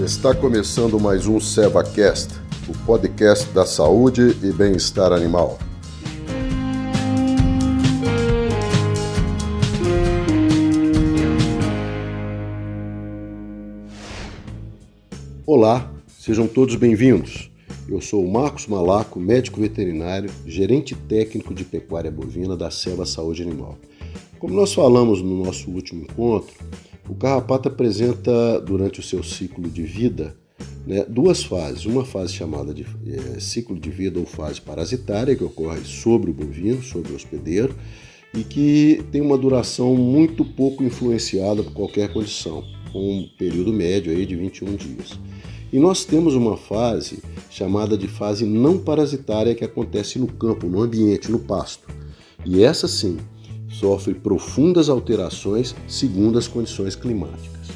Está começando mais um SevaCast, o podcast da saúde e bem-estar animal. Olá, sejam todos bem-vindos. Eu sou o Marcos Malaco, médico veterinário, gerente técnico de pecuária bovina da Seva Saúde Animal. Como nós falamos no nosso último encontro, o carrapato apresenta, durante o seu ciclo de vida, duas fases. Uma fase chamada de ciclo de vida ou fase parasitária, que ocorre sobre o bovino, sobre o hospedeiro, e que tem uma duração muito pouco influenciada por qualquer condição, com um período médio aí de 21 dias. E nós temos uma fase chamada de fase não parasitária que acontece no campo, no ambiente, no pasto. E essa sim sofre profundas alterações segundo as condições climáticas.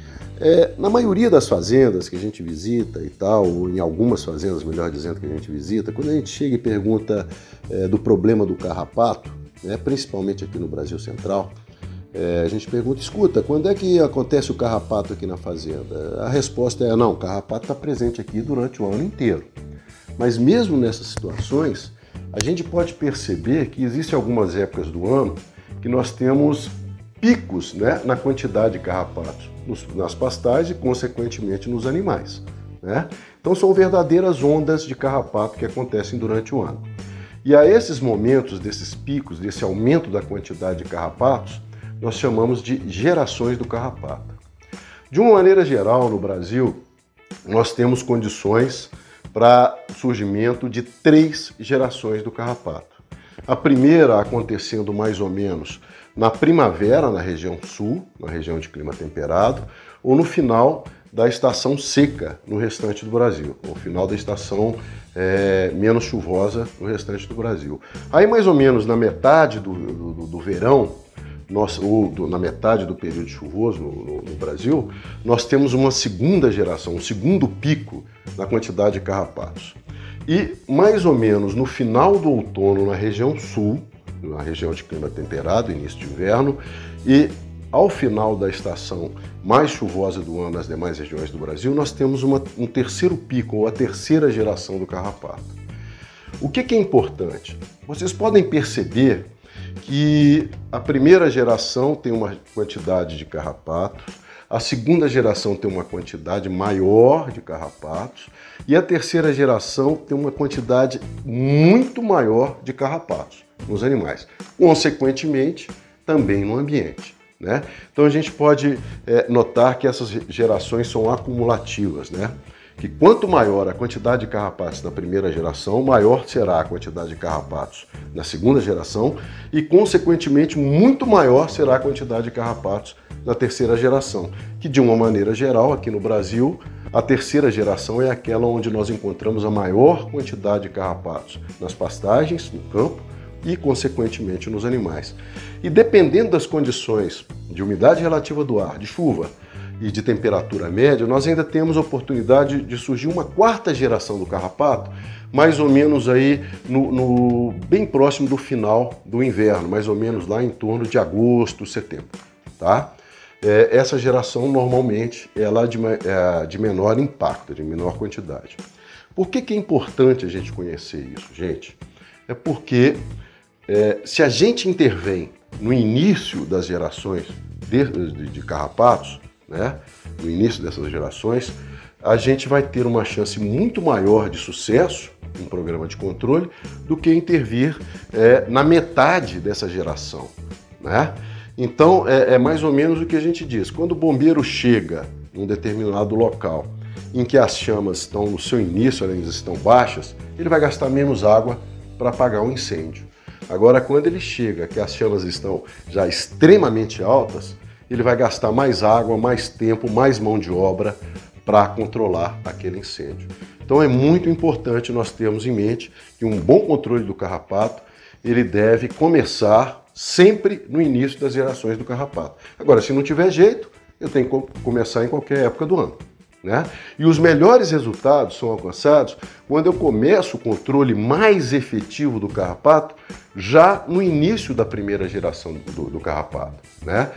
Na maioria das fazendas que a gente visita e tal, ou em algumas fazendas, melhor dizendo, que a gente visita, quando a gente chega e pergunta do problema do carrapato, principalmente aqui no Brasil Central, a gente pergunta, escuta, quando é que acontece o carrapato aqui na fazenda? A resposta é, não, o carrapato está presente aqui durante o ano inteiro. Mas mesmo nessas situações, a gente pode perceber que existem algumas épocas do ano que nós temos picos na quantidade de carrapatos nas pastagens e, consequentemente, nos animais. Então, são verdadeiras ondas de carrapato que acontecem durante o ano. E a esses momentos, desses picos, desse aumento da quantidade de carrapatos, nós chamamos de gerações do carrapato. De uma maneira geral, no Brasil, nós temos condições para surgimento de 3 gerações do carrapato. A primeira acontecendo mais ou menos na primavera, na região sul, na região de clima temperado, ou no final da estação seca no restante do Brasil, ou final da estação menos chuvosa no restante do Brasil. Aí mais ou menos na metade do verão, ou na metade do período chuvoso no Brasil, nós temos uma segunda geração, um segundo pico na quantidade de carrapatos. E mais ou menos no final do outono, na região sul, na região de clima temperado, início de inverno, e ao final da estação mais chuvosa do ano nas demais regiões do Brasil, nós temos um terceiro pico, ou a terceira geração do carrapato. O que é importante? Vocês podem perceber que a primeira geração tem uma quantidade de carrapatos, a segunda geração tem uma quantidade maior de carrapatos e a terceira geração tem uma quantidade muito maior de carrapatos nos animais, consequentemente também no ambiente. Então a gente pode notar que essas gerações são acumulativas, que quanto maior a quantidade de carrapatos na primeira geração, maior será a quantidade de carrapatos na segunda geração e, consequentemente, muito maior será a quantidade de carrapatos na terceira geração, que, de uma maneira geral, aqui no Brasil, a terceira geração é aquela onde nós encontramos a maior quantidade de carrapatos nas pastagens, no campo e, consequentemente, nos animais. E dependendo das condições de umidade relativa do ar, de chuva, e de temperatura média, nós ainda temos a oportunidade de surgir uma quarta geração do carrapato, mais ou menos aí bem próximo do final do inverno, mais ou menos lá em torno de agosto, setembro. Essa geração normalmente ela é de menor impacto, de menor quantidade. Por que é importante a gente conhecer isso, gente? É porque se a gente intervém no início das gerações de carrapatos, no início dessas gerações, a gente vai ter uma chance muito maior de sucesso em programa de controle do que intervir na metade dessa geração. Então, é mais ou menos o que a gente diz. Quando o bombeiro chega em um determinado local em que as chamas estão no seu início, elas estão baixas, ele vai gastar menos água para apagar o incêndio. Agora, quando ele chega que as chamas estão já extremamente altas, ele vai gastar mais água, mais tempo, mais mão de obra para controlar aquele incêndio. Então é muito importante nós termos em mente que um bom controle do carrapato, ele deve começar sempre no início das gerações do carrapato. Agora, se não tiver jeito, eu tenho que começar em qualquer época do ano. E os melhores resultados são alcançados quando eu começo o controle mais efetivo do carrapato já no início da primeira geração do carrapato.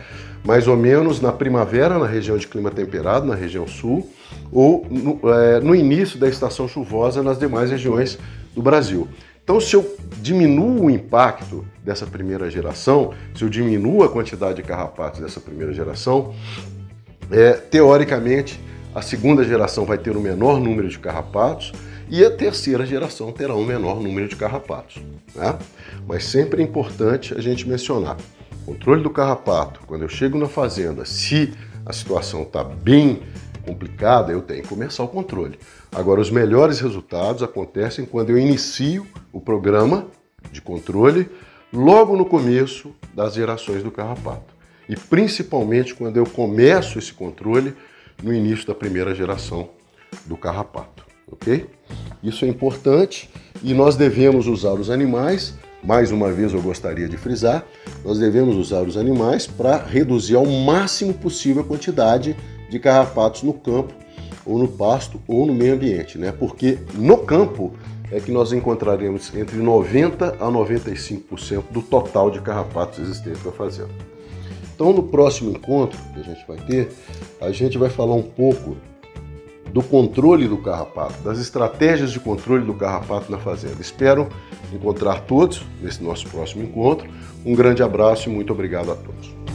mais ou menos na primavera, na região de clima temperado, na região sul, ou no início da estação chuvosa nas demais regiões do Brasil. Então, se eu diminuo o impacto dessa primeira geração, se eu diminuo a quantidade de carrapatos dessa primeira geração, teoricamente, a segunda geração vai ter o menor número de carrapatos e a terceira geração terá um menor número de carrapatos, né? Mas sempre é importante a gente mencionar: controle do carrapato. Quando eu chego na fazenda, se a situação está bem complicada, eu tenho que começar o controle. Agora, os melhores resultados acontecem quando eu inicio o programa de controle logo no começo das gerações do carrapato. E principalmente quando eu começo esse controle no início da primeira geração do carrapato, ok? Isso é importante e nós devemos usar os animais. Mais uma vez eu gostaria de frisar, nós devemos usar os animais para reduzir ao máximo possível a quantidade de carrapatos no campo, ou no pasto, ou no meio ambiente, né? Porque no campo é que nós encontraremos entre 90% a 95% do total de carrapatos existentes na fazenda. Então, no próximo encontro que a gente vai falar um pouco do controle do carrapato, das estratégias de controle do carrapato na fazenda. Espero encontrar todos nesse nosso próximo encontro. Um grande abraço e muito obrigado a todos.